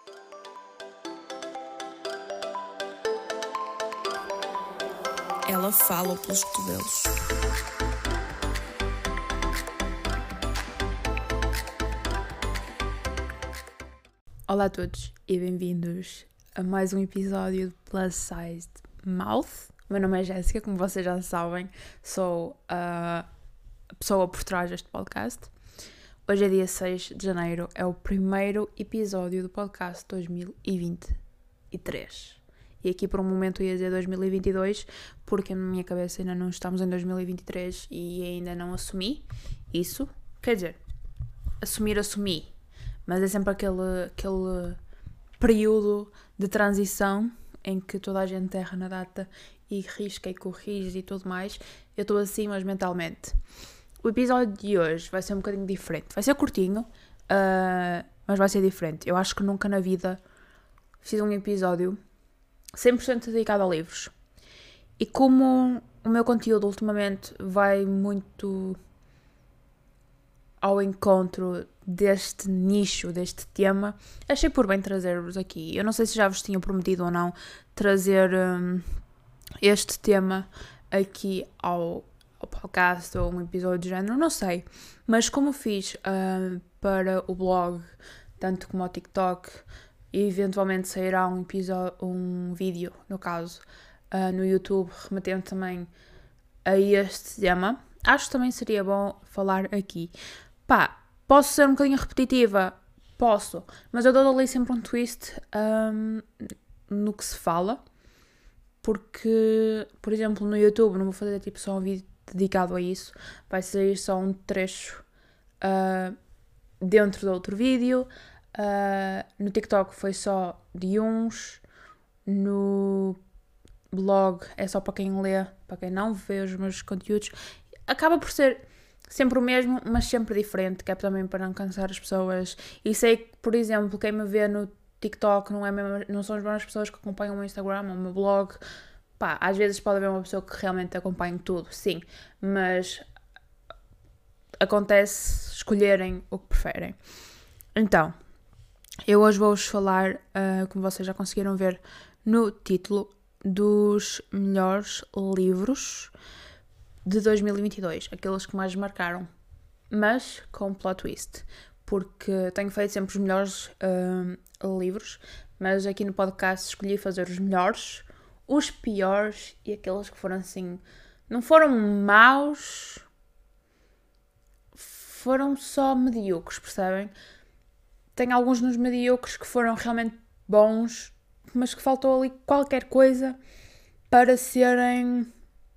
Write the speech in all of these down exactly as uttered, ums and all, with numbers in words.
Ela fala pelos cotovelos. Olá a todos e bem-vindos a mais um episódio de Plus Sized Mouth. O meu nome é Jéssica, como vocês já sabem, sou a pessoa por trás deste podcast. Hoje é dia seis de janeiro, é o primeiro episódio do podcast dois mil e vinte e três. E aqui por um momento ia dizer dois mil e vinte e dois, porque na minha cabeça ainda não estamos em dois mil e vinte e três e ainda não assumi isso. Quer dizer, assumir, assumi, mas é sempre aquele, aquele período de transição em que toda a gente erra na data e risca e corrige e tudo mais. Eu estou assim, mas mentalmente. O episódio de hoje vai ser um bocadinho diferente. Vai ser curtinho, uh, mas vai ser diferente. Eu acho que nunca na vida fiz um episódio cem por cento dedicado a livros. E como o meu conteúdo ultimamente vai muito ao encontro deste nicho, deste tema, achei por bem trazer-vos aqui. Eu não sei se já vos tinha prometido ou não trazer um, este tema aqui ao, ao podcast ou um episódio de género, não sei. Mas como fiz uh, para o blog, tanto como ao TikTok, e eventualmente sairá um episódio, um vídeo, no caso, uh, no YouTube, remetendo também a este tema, acho que também seria bom falar aqui. Pá, posso ser um bocadinho repetitiva? Posso, mas eu dou ali sempre um twist um, no que se fala, porque, por exemplo, no YouTube não vou fazer tipo só um vídeo dedicado a isso, vai sair só um trecho uh, dentro de outro vídeo. Uh, no TikTok foi só de uns, no blog é só para quem lê, para quem não vê os meus conteúdos. Acaba por ser sempre o mesmo, mas sempre diferente, que é também para não cansar as pessoas. E sei que, por exemplo, quem me vê no TikTok não, é mesmo, não são as mesmas pessoas que acompanham o meu Instagram ou o meu blog. Pá, às vezes pode haver uma pessoa que realmente acompanha tudo, sim, mas acontece escolherem o que preferem. Então, eu hoje vou-vos falar, uh, como vocês já conseguiram ver no título, dos melhores livros de dois mil e vinte e dois, aqueles que mais marcaram, mas com plot twist, porque tenho feito sempre os melhores uh, livros, mas aqui no podcast escolhi fazer os melhores, os piores e aqueles que foram assim, não foram maus, foram só medíocres, percebem? Tem alguns nos medíocres que foram realmente bons, mas que faltou ali qualquer coisa para serem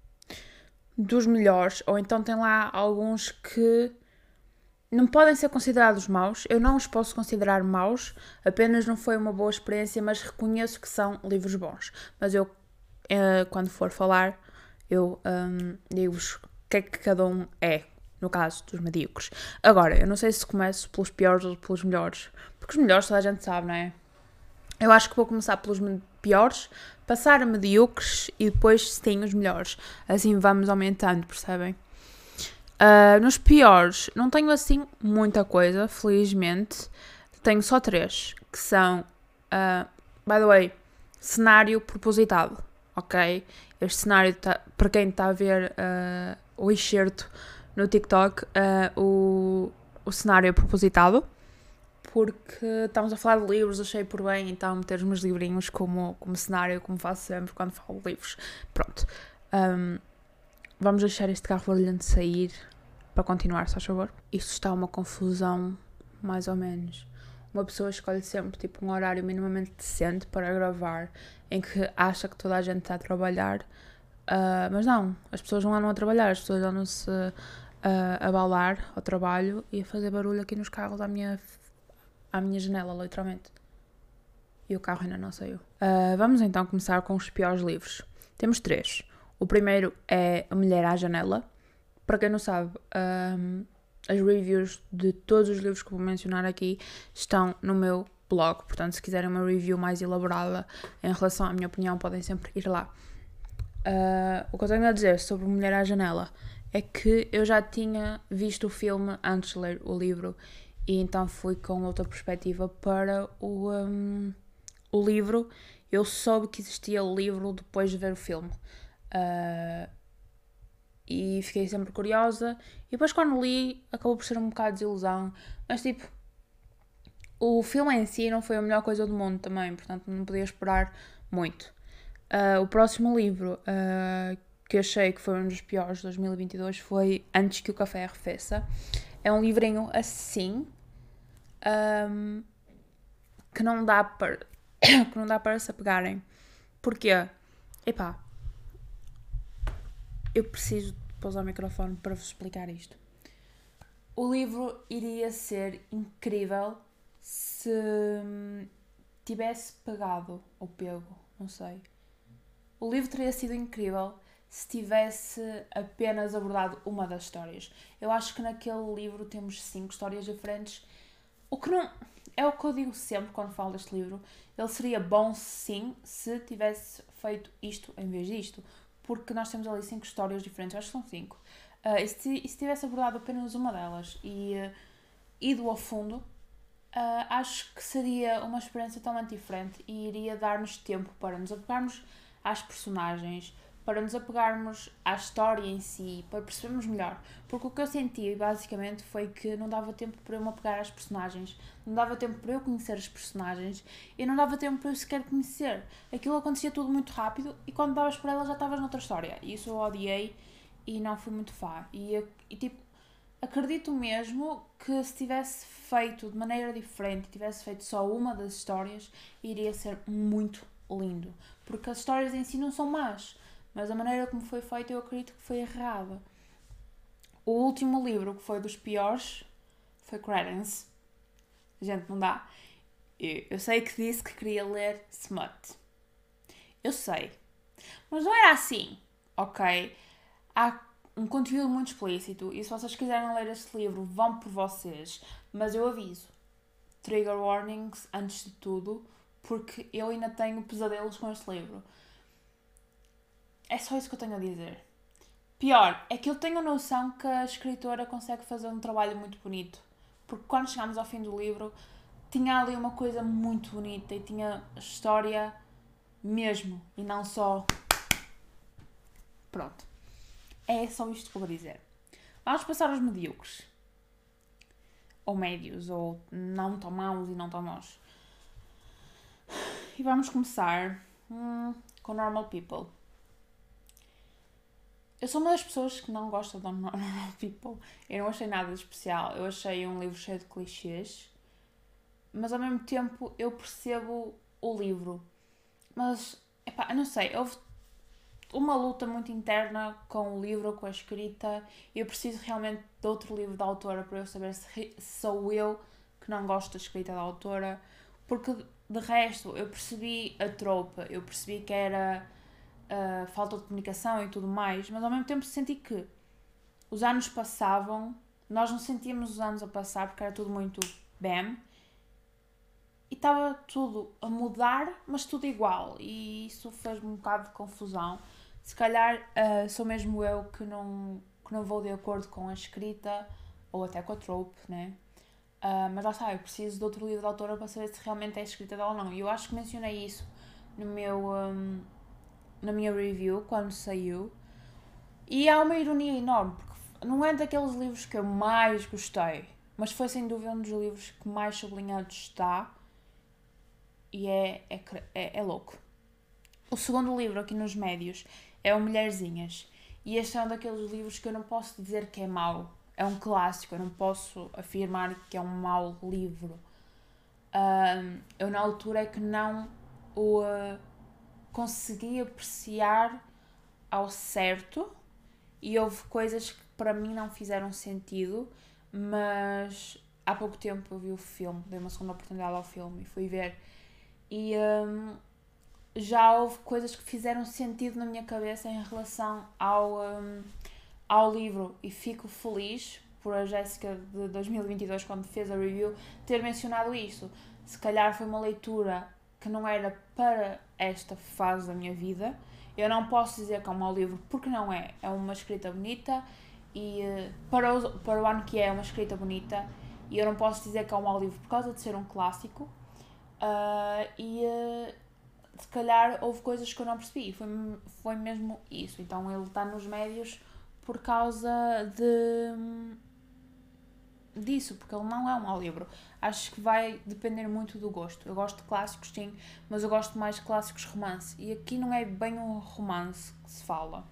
dos melhores. Ou então tem lá alguns que não podem ser considerados maus. Eu não os posso considerar maus, apenas não foi uma boa experiência, mas reconheço que são livros bons. Mas eu, quando for falar, eu um, digo-vos o que é que cada um é. No caso dos medíocres. Agora, eu não sei se começo pelos piores ou pelos melhores. Porque os melhores toda a gente sabe, não é? Eu acho que vou começar pelos piores, passar a medíocres e depois, sim, os melhores. Assim vamos aumentando, percebem? Uh, nos piores, não tenho assim muita coisa, felizmente. Tenho só três, que são, uh, by the way, cenário propositado, ok? Este cenário, tá, para quem está a ver uh, o excerto no TikTok, uh, o, o cenário é propositado, porque estamos a falar de livros, achei por bem então meter os meus livrinhos como, como cenário, como faço sempre quando falo de livros. Pronto. Um, vamos deixar este carro barulhento sair para continuar, se faz favor. Isto está uma confusão, mais ou menos. Uma pessoa escolhe sempre tipo, um horário minimamente decente para gravar, em que acha que toda a gente está a trabalhar. Uh, mas não, as pessoas não andam a trabalhar, as pessoas andam-se uh, a bailar ao trabalho e a fazer barulho aqui nos carros à minha, à minha janela, literalmente. E o carro ainda não saiu. Uh, vamos então começar com os piores livros. Temos três. O primeiro é A Mulher à Janela. Para quem não sabe, um, as reviews de todos os livros que vou mencionar aqui estão no meu blog. Portanto, se quiserem uma review mais elaborada em relação à minha opinião, podem sempre ir lá. Uh, o que eu tenho a dizer sobre Mulher à Janela é que eu já tinha visto o filme antes de ler o livro e então fui com outra perspectiva para o, um, o livro. Eu soube que existia o livro depois de ver o filme. Uh, e fiquei sempre curiosa. E depois quando li, acabou por ser um bocado de desilusão. Mas tipo, o filme em si não foi a melhor coisa do mundo também, portanto não podia esperar muito. Uh, o próximo livro uh, que eu achei que foi um dos piores de dois mil e vinte e dois foi Antes que o Café Arrefeça. É um livrinho assim, um, que não dá para que não dá para se apegarem. Porquê? Epá, eu preciso de pausar o microfone para vos explicar isto. O livro iria ser incrível se tivesse pegado ou pego, não sei. O livro teria sido incrível se tivesse apenas abordado uma das histórias. Eu acho que naquele livro temos cinco histórias diferentes. O que não... É o que eu digo sempre quando falo deste livro. Ele seria bom, sim, se tivesse feito isto em vez disto. Porque nós temos ali cinco histórias diferentes. Acho que são cinco. Uh, e, se, e se tivesse abordado apenas uma delas e uh, ido ao fundo, uh, acho que seria uma experiência totalmente diferente e iria dar-nos tempo para nos apegarmos às personagens, para nos apegarmos à história em si, para percebermos melhor. Porque o que eu senti, basicamente, foi que não dava tempo para eu me apegar às personagens, não dava tempo para eu conhecer as personagens e não dava tempo para eu sequer conhecer. Aquilo acontecia tudo muito rápido e quando davas por ela já estavas noutra história. E isso eu odiei e não fui muito fã. E, e tipo, acredito mesmo que se tivesse feito de maneira diferente, tivesse feito só uma das histórias, iria ser muito lindo. Porque as histórias em si não são más, mas a maneira como foi feita eu acredito que foi errada. O último livro, que foi dos piores, foi Credence. Gente, não dá. Eu sei que disse que queria ler Smut. Eu sei. Mas não era assim, ok? Há um conteúdo muito explícito e se vocês quiserem ler este livro, vão por vocês. Mas eu aviso. Trigger warnings antes de tudo, porque eu ainda tenho pesadelos com este livro. É só isso que eu tenho a dizer. Pior, é que eu tenho a noção que a escritora consegue fazer um trabalho muito bonito. Porque quando chegámos ao fim do livro, tinha ali uma coisa muito bonita e tinha história mesmo. E não só... Pronto. É só isto que eu vou dizer. Vamos passar aos medíocres. Ou médios, ou não tão maus e não tão maus. E vamos começar hum, com Normal People. Eu sou uma das pessoas que não gosta de Normal People. Eu não achei nada de especial. Eu achei um livro cheio de clichês. Mas ao mesmo tempo eu percebo o livro. Mas, epá, eu não sei. Houve uma luta muito interna com o livro, com a escrita. E eu preciso realmente de outro livro da autora para eu saber se sou eu que não gosto da escrita da autora. Porque, de resto, eu percebi a tropa. Eu percebi que era... Uh, falta de comunicação e tudo mais, mas ao mesmo tempo senti que os anos passavam, nós não sentíamos os anos a passar porque era tudo muito bam e estava tudo a mudar, mas tudo igual, e isso fez-me um bocado de confusão. Se calhar uh, sou mesmo eu que não, que não vou de acordo com a escrita ou até com a trope, né? Uh, mas lá está, eu preciso de outro livro da autora para saber se realmente é a escrita dela ou não, e eu acho que mencionei isso no meu... Um, na minha review, quando saiu. E há uma ironia enorme, porque não é daqueles livros que eu mais gostei, mas foi sem dúvida um dos livros que mais sublinhado está. E é, é, é, é louco. O segundo livro aqui nos médios é o Mulherzinhas. E este é um daqueles livros que eu não posso dizer que é mau. É um clássico, eu não posso afirmar que é um mau livro. Um, eu na altura é que não o... Uh, consegui apreciar ao certo e houve coisas que para mim não fizeram sentido, mas há pouco tempo eu vi o filme, dei uma segunda oportunidade ao filme e fui ver e um, já houve coisas que fizeram sentido na minha cabeça em relação ao, um, ao livro e fico feliz por a Jéssica de dois mil e vinte e dois, quando fez a review, ter mencionado isto. Se calhar foi uma leitura que não era para esta fase da minha vida. Eu não posso dizer que é um mau livro, porque não é. É uma escrita bonita e para o, para o ano que é, é uma escrita bonita E eu não posso dizer que é um mau livro por causa de ser um clássico. Uh, e uh, se calhar houve coisas que eu não percebi. Foi, foi mesmo isso. Então ele está nos médios por causa de... disso, porque ele não é um mau livro. Acho que vai depender muito do gosto. Eu gosto de clássicos, sim, mas eu gosto mais de clássicos romance. E aqui não é bem um romance que se fala.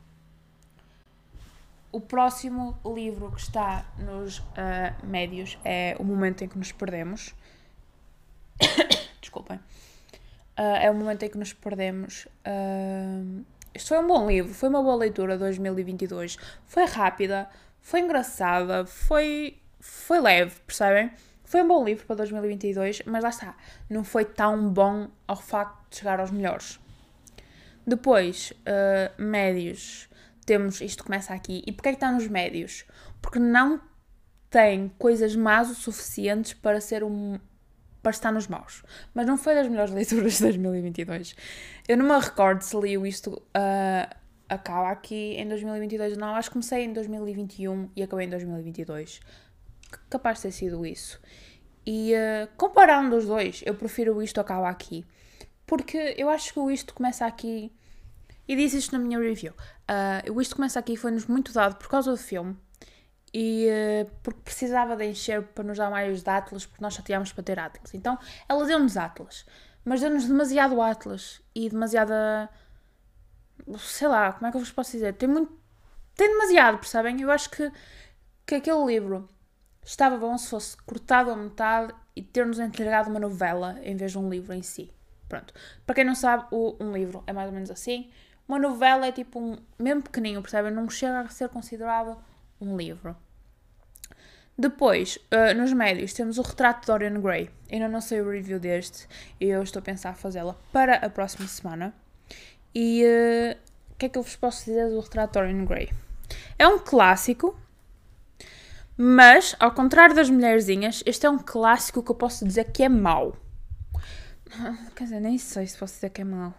O próximo livro que está nos uh, médios é O Momento em que Nos Perdemos. Desculpem. Uh, é o momento em que nos perdemos. Uh, isto foi um bom livro, foi uma boa leitura de dois mil e vinte e dois. Foi rápida, foi engraçada, foi, foi leve, percebem? Foi um bom livro para dois mil e vinte e dois, mas lá está, não foi tão bom ao facto de chegar aos melhores. Depois, uh, médios. Temos, isto começa aqui. E porquê é que está nos médios? Porque não tem coisas más o suficientes para ser um... para estar nos maus. Mas não foi das melhores leituras de dois mil e vinte e dois. Eu não me recordo se li isto uh, acaba aqui em dois mil e vinte e dois. Não, acho que comecei em dois mil e vinte e um e acabei em dois mil e vinte e dois. Capaz de ter sido isso. E uh, comparando os dois, eu prefiro o Isto Acaba Aqui. Porque eu acho que o Isto Começa Aqui... E disse isto na minha review. Uh, o Isto Começa Aqui foi-nos muito dado por causa do filme. E uh, porque precisava de encher para nos dar mais de Atlas, porque nós chateámos para ter Atlas. Então, ela deu-nos Atlas. Mas deu-nos demasiado Atlas. E demasiada... Sei lá, como é que eu vos posso dizer? Tem muito... Tem demasiado, percebem? Eu acho que, que aquele livro estava bom se fosse cortado a metade e ter-nos entregado uma novela em vez de um livro em si. Pronto. Para quem não sabe, o, um livro é mais ou menos assim. Uma novela é tipo um... Mesmo pequeninho, percebem? Não chega a ser considerado um livro. Depois, uh, nos médios, temos o Retrato de Dorian Gray. Ainda não sei o review deste e eu estou a pensar fazê-la para a próxima semana. E uh, o que é que eu vos posso dizer do Retrato de Dorian Gray? É um clássico, mas, ao contrário das Mulherzinhas, este é um clássico que eu posso dizer que é mau. Quer dizer, nem sei se posso dizer que é mau.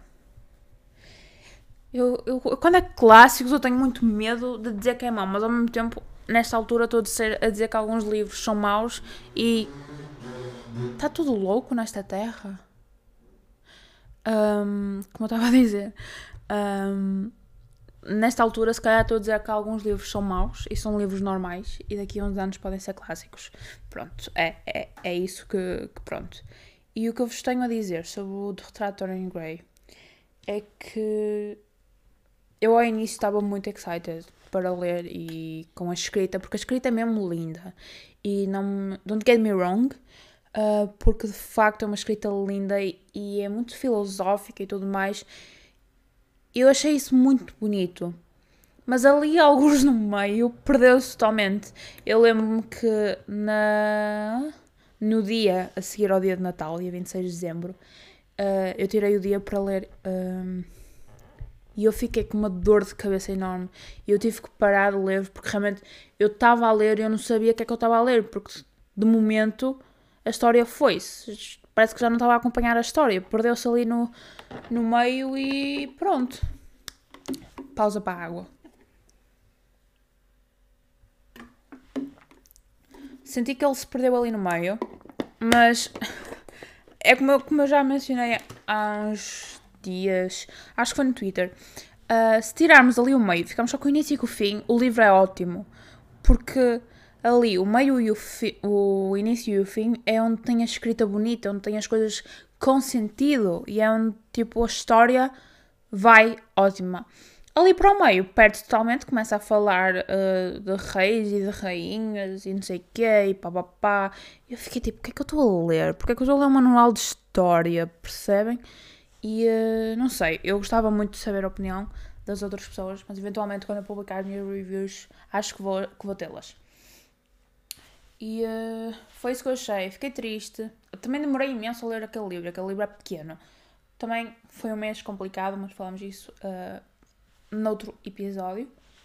Eu, eu, quando é clássicos, eu tenho muito medo de dizer que é mau, mas ao mesmo tempo, nesta altura, estou a dizer, a dizer que alguns livros são maus e está tudo louco nesta terra. Um, como eu estava a dizer, um, nesta altura, se calhar, estou a dizer que alguns livros são maus e são livros normais e daqui a uns anos podem ser clássicos. Pronto, é, é, é isso que, que pronto. E o que eu vos tenho a dizer sobre o Retrato de Dorian Gray é que eu ao início estava muito excited para ler e com a escrita, porque a escrita é mesmo linda. E não... Don't get me wrong, uh, porque de facto é uma escrita linda e, e é muito filosófica e tudo mais. Eu achei isso muito bonito. Mas ali, alguns no meio, perdeu-se totalmente. Eu lembro-me que na... no dia a seguir ao dia de Natal, dia vinte e seis de dezembro, uh, eu tirei o dia para ler... Um... E eu fiquei com uma dor de cabeça enorme. E eu tive que parar de ler, porque realmente eu estava a ler e eu não sabia o que é que eu estava a ler, porque de momento a história foi-se. Parece que já não estava a acompanhar a história. Perdeu-se ali no, no meio e pronto. Pausa para a água. Senti que ele se perdeu ali no meio, mas é como eu, como eu já mencionei há uns dias, acho que foi no Twitter, uh, se tirarmos ali o meio, ficamos só com o início e com o fim, o livro é ótimo, porque ali o meio e o, fi, o início e o fim é onde tem a escrita bonita, onde tem as coisas com sentido e é onde tipo a história vai ótima. Ali para o meio, perde totalmente, começa a falar uh, de reis e de rainhas e não sei o quê e pá pá pá. Eu fiquei tipo, o que é que eu estou a ler? Porque é que eu estou a ler um manual de história, percebem? E uh, não sei, eu gostava muito de saber a opinião das outras pessoas, mas eventualmente quando eu publicar as minhas reviews, acho que vou, que vou tê-las. E uh, foi isso que eu achei, fiquei triste. Eu também demorei imenso a ler aquele livro, aquele livro é pequeno. Também foi um mês complicado, mas falamos disso uh, noutro episódio.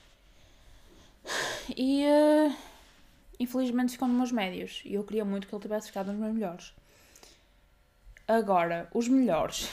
E uh, infelizmente ficou nos meus médios, e eu queria muito que ele tivesse ficado nos meus melhores. Agora, os melhores...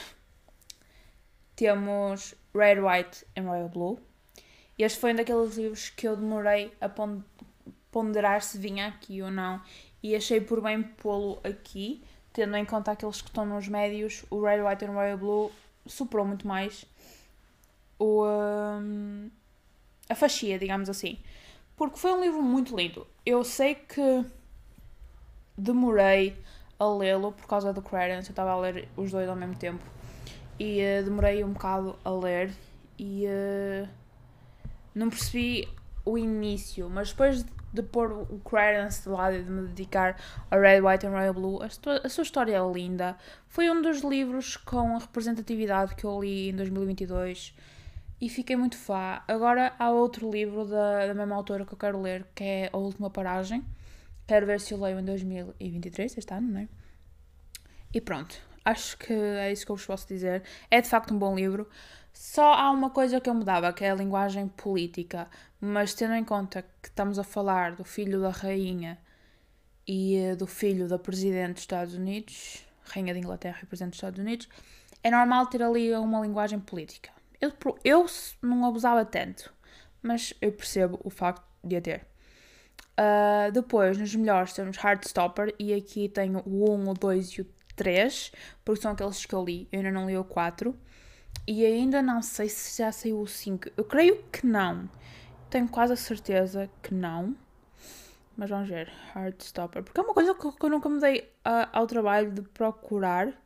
Temos Red, White and Royal Blue. Este foi um daqueles livros que eu demorei a ponderar se vinha aqui ou não. e achei por bem pô-lo aqui, tendo em conta aqueles que estão nos médios. O Red, White and Royal Blue superou muito mais o, um, a fascia, digamos assim, porque foi um livro muito lindo. Eu sei que demorei a lê-lo por causa do Credence, eu estava a ler os dois ao mesmo tempo e uh, demorei um bocado a ler e uh, não percebi o início, mas depois de pôr o Credence de lado e de me dedicar a Red, White and Royal Blue, a, a sua história é linda. Foi um dos livros com representatividade que eu li em dois mil e vinte e dois e fiquei muito fã. Agora há outro livro da, da mesma autora que eu quero ler, que é A Última Paragem. Quero ver se eu leio em dois mil e vinte e três, este ano, não é? E pronto, acho que é isso que eu vos posso dizer. É de facto um bom livro. Só há uma coisa que eu mudava, que é a linguagem política. Mas tendo em conta que estamos a falar do filho da rainha e do filho da presidente dos Estados Unidos, rainha de Inglaterra e presidente dos Estados Unidos, é normal ter ali uma linguagem política. Eu, eu não abusava tanto, mas eu percebo o facto de a ter. Uh, depois, nos melhores, temos Heartstopper, e aqui tenho o um, o dois e o três, porque são aqueles que eu li. Eu ainda não li o quatro. E ainda não sei se já saiu o cinco. Eu creio que não. Tenho quase a certeza que não. Mas vamos ver. Heartstopper. Porque é uma coisa que eu nunca me dei uh, ao trabalho de procurar.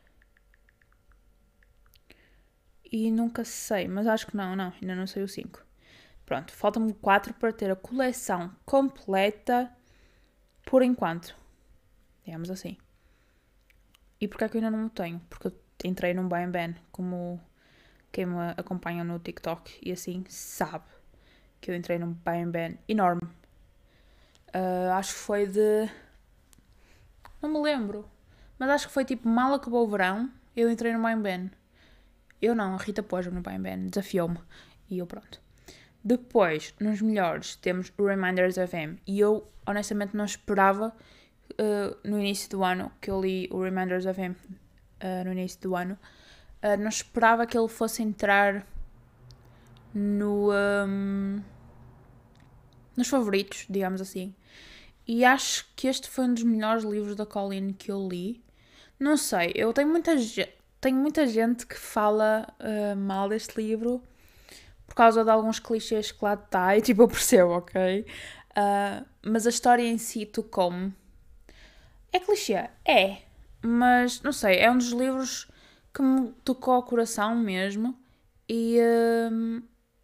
E nunca sei. Mas acho que não, não. Ainda não saiu o cinco. Pronto. Faltam-me quatro para ter a coleção completa. Por enquanto. Digamos assim. E porquê é que eu ainda não o tenho? Porque eu entrei num buy and ban, como quem me acompanha no TikTok e assim sabe que eu entrei num buy and ban enorme. Uh, acho que foi de... Não me lembro. Mas acho que foi tipo, mal acabou o verão, eu entrei no buy and ban. Eu não, a Rita pôs-me no buy and ban, desafiou-me. E eu pronto. Depois, nos melhores, temos o Reminders of M. E eu, honestamente, não esperava uh, no início do ano, que eu li o Reminders of M uh, no início do ano, uh, não esperava que ele fosse entrar no, um, nos favoritos, digamos assim. E acho que este foi um dos melhores livros da Colleen que eu li. Não sei, eu tenho muita gente, tenho muita gente que fala uh, mal deste livro por causa de alguns clichês que lá está, e tipo, eu percebo, ok? Uh, mas a história em si tocou-me. É clichê? É. Mas, não sei, é um dos livros que me tocou ao coração mesmo. E um,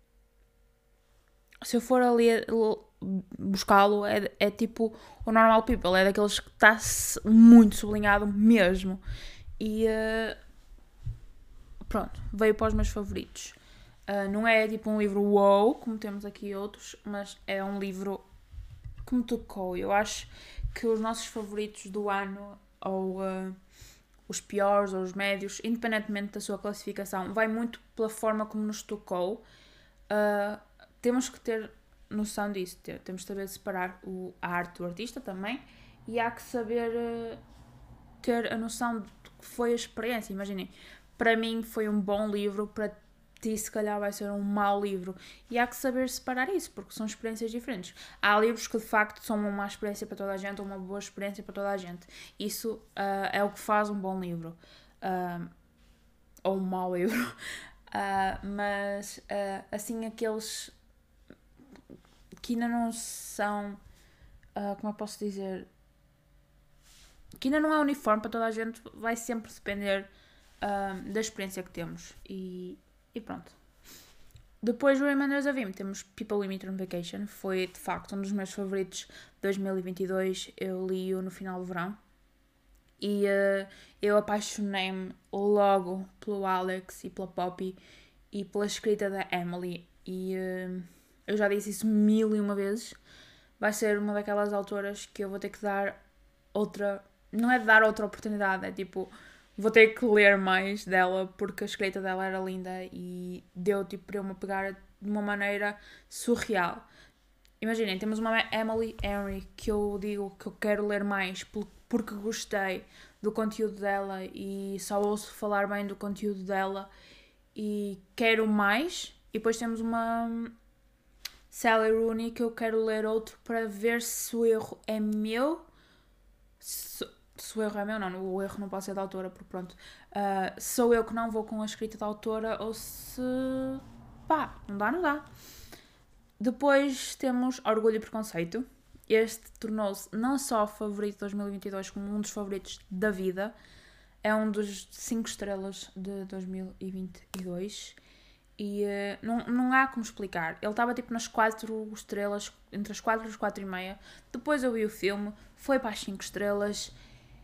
se eu for ali buscá-lo, é, é tipo o Normal People. É daqueles que está muito sublinhado mesmo. E uh, pronto, veio para os meus favoritos. Uh, não é tipo um livro wow, como temos aqui outros, mas é um livro que me tocou. Eu acho que os nossos favoritos do ano, ou uh, os piores, ou os médios, independentemente da sua classificação, vai muito pela forma como nos tocou. Uh, temos que ter noção disso. Temos que saber separar o, a arte do artista também, e há que saber uh, ter a noção de que foi a experiência. Imaginem, para mim foi um bom livro, para ti se calhar vai ser um mau livro, e há que saber separar isso, porque são experiências diferentes. Há livros que de facto são uma má experiência para toda a gente ou uma boa experiência para toda a gente. Isso uh, é o que faz um bom livro, uh, ou um mau livro. Uh, mas uh, assim, aqueles que ainda não são, uh, como eu posso dizer, que ainda não é uniforme para toda a gente, vai sempre depender uh, da experiência que temos. E E pronto. Depois do Reminders of Him temos People We Meet on Vacation. Foi de facto um dos meus favoritos de dois mil e vinte e dois. Eu li-o no final do verão. E uh, eu apaixonei-me logo pelo Alex e pela Poppy e pela escrita da Emily. E uh, eu já disse isso mil e uma vezes. Vai ser uma daquelas autoras que eu vou ter que dar outra... Não é dar outra oportunidade, é tipo... Vou ter que ler mais dela, porque a escrita dela era linda e deu tipo para eu me pegar de uma maneira surreal. Imaginem, temos uma Emily Henry que eu digo que eu quero ler mais porque gostei do conteúdo dela e só ouço falar bem do conteúdo dela e quero mais. E depois temos uma Sally Rooney que eu quero ler outro para ver se o erro é meu se, se o erro é meu, não, o erro não pode ser da autora, porque pronto, uh, sou eu que não vou com a escrita da autora, ou se, pá, não dá, não dá. Depois temos Orgulho e Preconceito. Este tornou-se não só favorito de dois mil e vinte e dois, como um dos favoritos da vida. É um dos cinco estrelas de dois mil e vinte e dois. E uh, não, não há como explicar. Ele estava tipo nas quatro estrelas, entre as quatro e as quatro e meia. Depois eu vi o filme, foi para as cinco estrelas.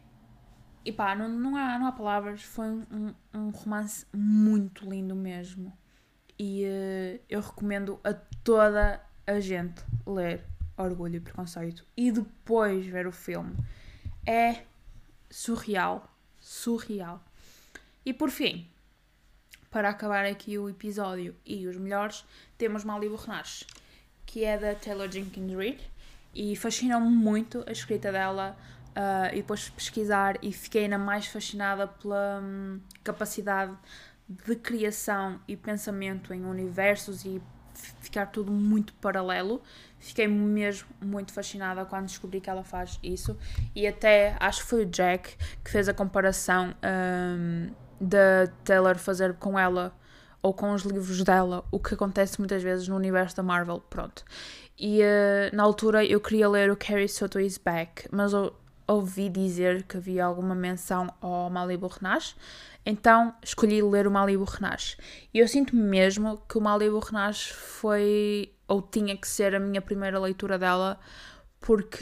E pá, não, não, há, não há palavras. Foi um, um romance muito lindo mesmo. E uh, eu recomendo a toda a gente ler Orgulho e Preconceito e depois ver o filme. É surreal. Surreal. E por fim, para acabar aqui o episódio e os melhores, temos Malibu Renasce, que é da Taylor Jenkins Reid, e fascinou-me muito a escrita dela, uh, e depois pesquisar, e fiquei ainda mais fascinada pela um, capacidade de criação e pensamento em universos e ficar tudo muito paralelo. Fiquei mesmo muito fascinada quando descobri que ela faz isso, e até acho que foi o Jack que fez a comparação um, da Taylor fazer com ela ou com os livros dela o que acontece muitas vezes no universo da Marvel, pronto. E uh, na altura eu queria ler o Carrie Soto is Back, mas eu ouvi dizer que havia alguma menção ao Malibu Renasce, então escolhi ler o Malibu Renasce. E eu sinto mesmo que o Malibu Renasce foi, ou tinha que ser, a minha primeira leitura dela, porque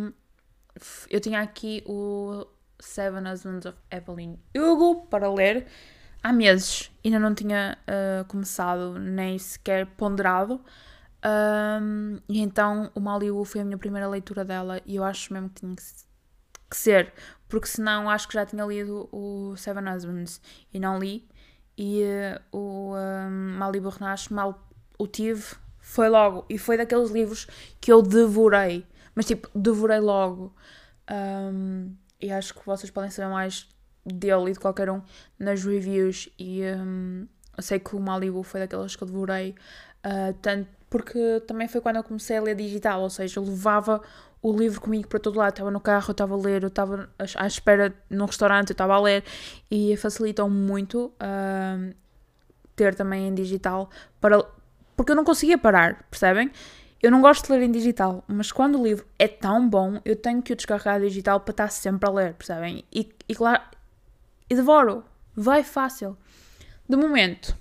eu tinha aqui o Seven Husbands of Evelyn Hugo para ler há meses. Ainda não tinha uh, começado, nem sequer ponderado. Um, e então o Malibu foi a minha primeira leitura dela, e eu acho mesmo que tinha que que ser, porque senão acho que já tinha lido o Seven Husbands e não li, e uh, o um, Malibu Renasce mal o tive, foi logo, e foi daqueles livros que eu devorei, mas tipo, devorei logo, um, e acho que vocês podem saber mais dele e de qualquer um nas reviews, e um, eu sei que o Malibu foi daqueles que eu devorei, uh, tanto porque também foi quando eu comecei a ler digital, ou seja, eu levava o livro comigo para todo lado, estava no carro, eu estava a ler, eu estava à espera no restaurante, eu estava a ler, e facilitou muito uh, ter também em digital, para, porque eu não conseguia parar, percebem? Eu não gosto de ler em digital, mas quando o livro é tão bom, eu tenho que o descarregar digital para estar sempre a ler, percebem? E, e claro, e devoro, vai fácil. De momento,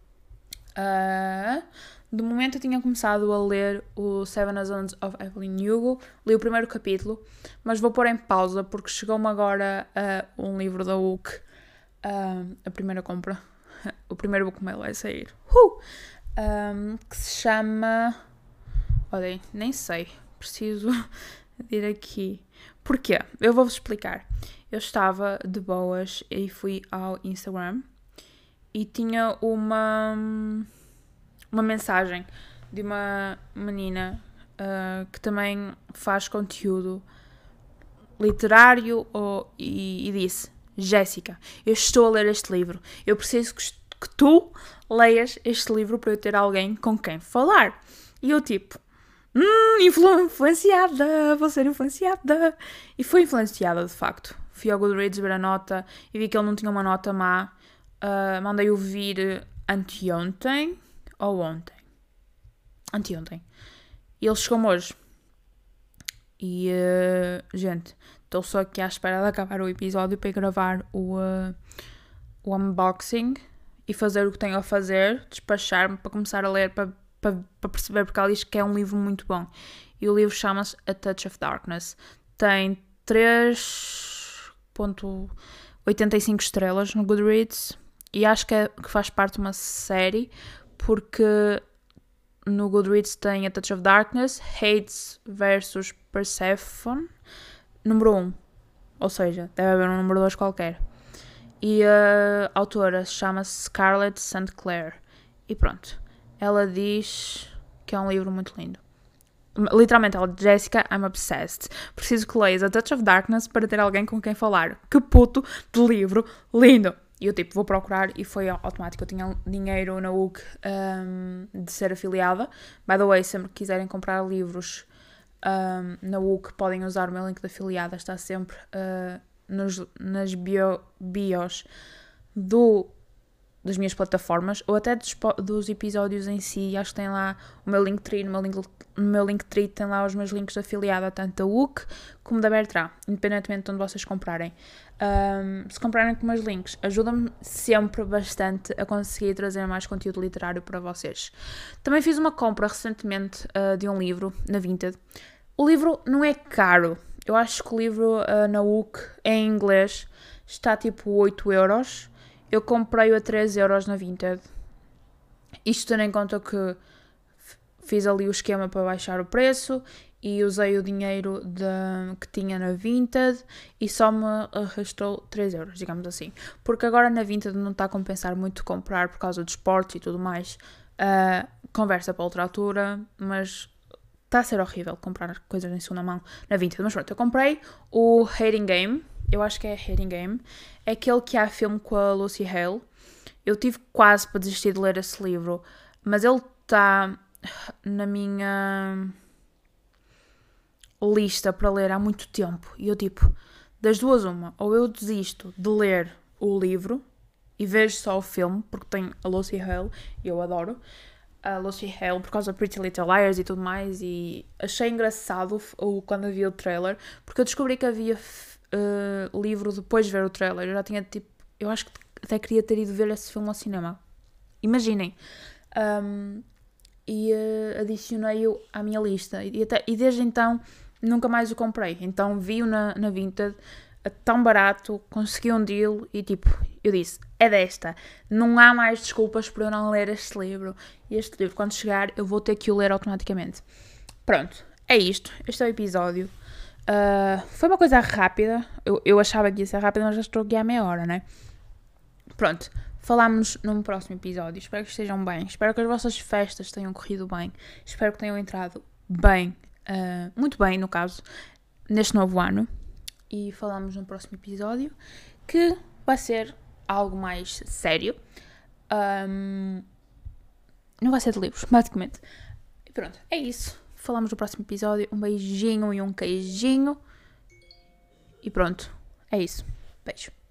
uh, de momento eu tinha começado a ler o Seven Husbands of Evelyn Hugo, li o primeiro capítulo, mas vou pôr em pausa porque chegou-me agora uh, um livro da U C, uh, a primeira compra, o primeiro book mail vai sair, uh! um, que se chama, olhem, nem sei, preciso de ir aqui, porquê? Eu vou-vos explicar. Eu estava de boas e fui ao Instagram e tinha uma... uma mensagem de uma menina uh, que também faz conteúdo literário ou, e, e disse: Jéssica, eu estou a ler este livro, eu preciso que, que tu leias este livro para eu ter alguém com quem falar. E eu tipo, hum, influenciada, vou ser influenciada. E fui influenciada de facto. Fui ao Goodreads ver a nota e vi que ele não tinha uma nota má. Uh, mandei-o vir anteontem ou ontem, anteontem, e ele chegou-me hoje, e uh, gente, estou só aqui à espera de acabar o episódio para gravar o, uh, o unboxing e fazer o que tenho a fazer, despachar-me para começar a ler, para, para, para perceber, porque ela diz que é um livro muito bom, e o livro chama-se A Touch of Darkness, tem três vírgula oitenta e cinco estrelas no Goodreads, e acho que, é, que faz parte de uma série, porque no Goodreads tem A Touch of Darkness, Hades versus Persephone, número um. Ou seja, deve haver um número dois qualquer. E a autora chama-se Scarlett Saint Clair. E pronto. Ela diz que é um livro muito lindo. Literalmente, ela diz: Jessica, I'm obsessed. Preciso que leias A Touch of Darkness para ter alguém com quem falar. Que puto de livro lindo! E eu tipo, vou procurar, e foi automático. Eu tinha dinheiro na U C um, de ser afiliada. By the way, sempre que quiserem comprar livros um, na U C podem usar o meu link de afiliada, está sempre uh, nos, nas bio, bios do, das minhas plataformas, ou até dos, dos episódios em si. Acho que tem lá o meu Linktree, no meu, link, no meu Linktree tem lá os meus links de afiliada, tanto da U C como da Bertrand, independentemente de onde vocês comprarem. Um, se comprarem com meus links, ajuda-me sempre bastante a conseguir trazer mais conteúdo literário para vocês. Também fiz uma compra recentemente uh, de um livro na Vinted. O livro não é caro. Eu acho que o livro uh, na U C em inglês está tipo oito euros. Eu comprei-o a três euros na Vinted. Isto tendo em conta que fiz ali o esquema para baixar o preço e usei o dinheiro de, que tinha na Vinted e só me arrastou três euros, digamos assim. Porque agora na Vinted não está a compensar muito comprar por causa dos esportes e tudo mais. Uh, conversa para outra altura, mas está a ser horrível comprar coisas em segunda mão na Vinted. Mas pronto, eu comprei o Hating Game. Eu acho que é Hating Game. É aquele que há filme com a Lucy Hale. Eu tive quase para desistir de ler esse livro, mas ele está na minha lista para ler há muito tempo. E eu tipo, das duas uma, ou eu desisto de ler o livro e vejo só o filme, porque tem a Lucy Hale e eu adoro a Lucy Hale por causa de Pretty Little Liars e tudo mais, e achei engraçado o, quando vi o trailer, porque eu descobri que havia uh, livro depois de ver o trailer. Eu já tinha tipo, eu acho que até queria ter ido ver esse filme ao cinema. Imaginem. Um, e uh, adicionei-o à minha lista. E, até, e desde então nunca mais o comprei. Então vi-o na, na Vinted, tão barato, consegui um deal e tipo, eu disse, é desta. Não há mais desculpas para eu não ler este livro. E este livro, quando chegar, eu vou ter que o ler automaticamente. Pronto, é isto. Este é o episódio. Uh, foi uma coisa rápida. Eu, eu achava que ia ser rápida, mas já estou aqui há meia hora, né? Pronto, falámos num próximo episódio. Espero que estejam bem. Espero que as vossas festas tenham corrido bem. Espero que tenham entrado bem, uh, muito bem, no caso, neste novo ano. E falamos no próximo episódio, que vai ser algo mais sério. Um, não vai ser de livros, basicamente. E pronto, é isso. Falamos no próximo episódio. Um beijinho e um queijinho. E pronto, é isso. Beijo.